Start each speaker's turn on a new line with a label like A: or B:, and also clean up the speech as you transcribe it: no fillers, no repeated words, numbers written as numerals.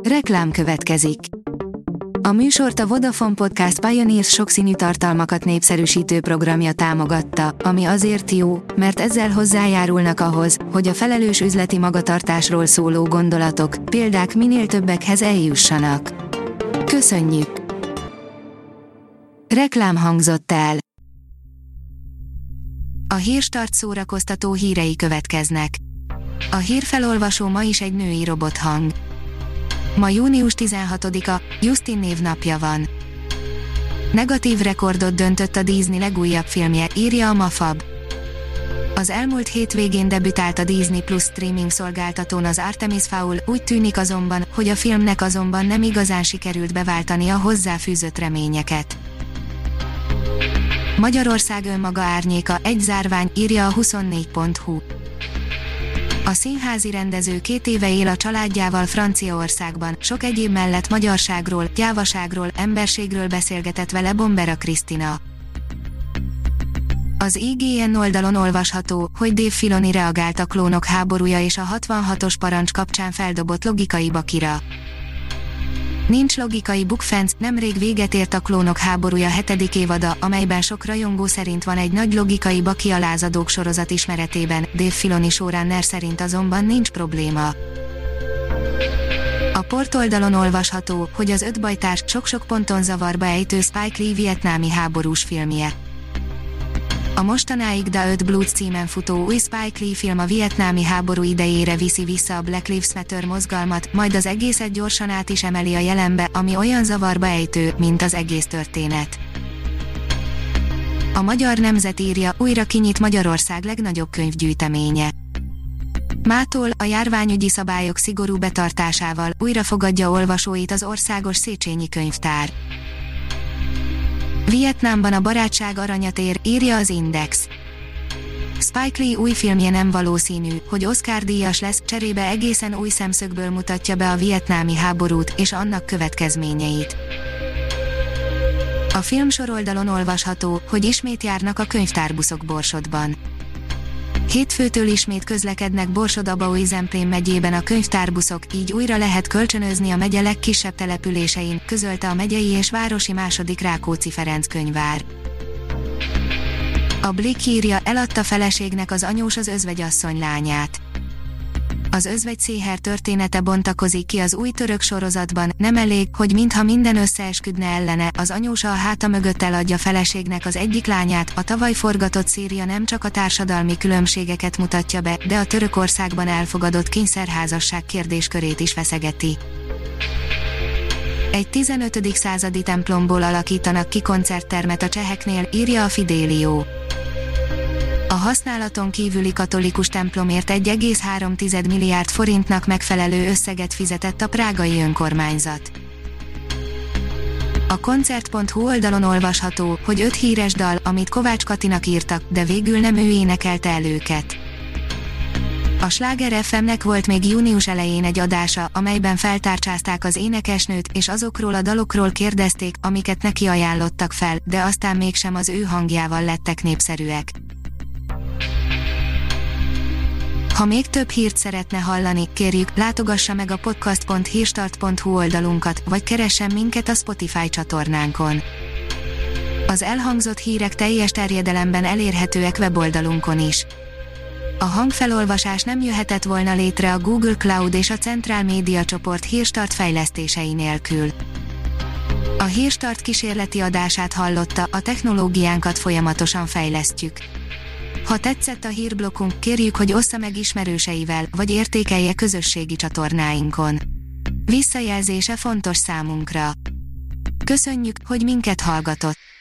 A: Reklám következik. A műsort a Vodafone Podcast Pioneers sokszínű tartalmakat népszerűsítő programja támogatta, ami azért jó, mert ezzel hozzájárulnak ahhoz, hogy a felelős üzleti magatartásról szóló gondolatok, példák minél többekhez eljussanak. Köszönjük! Reklám hangzott el. A Hírstart szórakoztató hírei következnek. A hírfelolvasó ma is egy női robothang. Ma június 16-a, Justin névnapja van. Negatív rekordot döntött a Disney legújabb filmje, írja a Mafab. Az elmúlt hétvégén debütált a Disney Plus streaming szolgáltatón az Artemis Fowl, úgy tűnik azonban, hogy a filmnek azonban nem igazán sikerült beváltani a hozzáfűzött reményeket. Magyarország önmaga árnyéka, egy zárvány, írja a 24.hu. A színházi rendező 2 éve él a családjával Franciaországban, sok egyéb mellett magyarságról, gyávaságról, emberségről beszélgetett vele Bombera Krisztina. Az IGN oldalon olvasható, hogy Dave Filoni reagált a Klónok háborúja és a 66-os parancs kapcsán feldobott logikai bakira. Nincs logikai bukfenc, nemrég véget ért a Klónok háborúja 7. évada, amelyben sok rajongó szerint van egy nagy logikai baki a lázadók sorozat ismeretében, Dave Filoni showrunner szerint azonban nincs probléma. A portoldalon olvasható, hogy az 5 bajtárs sok-sok ponton zavarba ejtő Spike Lee vietnámi háborús filmje. A mostanáig The 5 Bloods címen futó új Spike Lee film a vietnámi háború idejére viszi vissza a Black Lives Matter mozgalmat, majd az egészet gyorsan át is emeli a jelenbe, ami olyan zavarba ejtő, mint az egész történet. A Magyar Nemzet írja, újra kinyit Magyarország legnagyobb könyvgyűjteménye. Mától, a járványügyi szabályok szigorú betartásával, újra fogadja olvasóit az Országos Széchenyi Könyvtár. Vietnámban a barátság aranyat ér, írja az Index. Spike Lee új filmje nem valószínű, hogy Oscar-díjas lesz, cserébe egészen új szemszögből mutatja be a vietnámi háborút és annak következményeit. A filmsoroldalon olvasható, hogy ismét járnak a könyvtárbuszok Borsodban. Hétfőtől ismét közlekednek Borsod-Abaúj-Zemplén megyében a könyvtárbuszok, így újra lehet kölcsönözni a megye legkisebb településein, közölte a megyei és városi második Rákóczi Ferenc könyvár. A Blick írja, eladta feleségnek az anyós az özvegyasszony lányát. Az özvegyszéher története bontakozik ki az új török sorozatban, nem elég, hogy mintha minden összeesküdne ellene, az anyósa a háta mögött eladja feleségnek az egyik lányát, a tavaly forgatott széria nem csak a társadalmi különbségeket mutatja be, de a Törökországban elfogadott kényszerházasság kérdéskörét is feszegeti. Egy 15. századi templomból alakítanak ki koncerttermet a cseheknél, írja a Fidelio. A használaton kívüli katolikus templomért 1,3 milliárd forintnak megfelelő összeget fizetett a prágai önkormányzat. A koncert.hu oldalon olvasható, hogy 5 híres dal, amit Kovács Katinak írtak, de végül nem ő énekelte el őket. A Sláger FM-nek volt még június elején egy adása, amelyben feltárcsázták az énekesnőt, és azokról a dalokról kérdezték, amiket neki ajánlottak fel, de aztán mégsem az ő hangjával lettek népszerűek. Ha még több hírt szeretne hallani, kérjük, látogassa meg a podcast.hírstart.hu oldalunkat, vagy keressen minket a Spotify csatornánkon. Az elhangzott hírek teljes terjedelemben elérhetőek weboldalunkon is. A hangfelolvasás nem jöhetett volna létre a Google Cloud és a Central Média csoport Hírstart fejlesztései nélkül. A Hírstart kísérleti adását hallotta, a technológiánkat folyamatosan fejlesztjük. Ha tetszett a hírblokkunk, kérjük, hogy ossza meg ismerőseivel, vagy értékelje közösségi csatornáinkon. Visszajelzése fontos számunkra. Köszönjük, hogy minket hallgatott!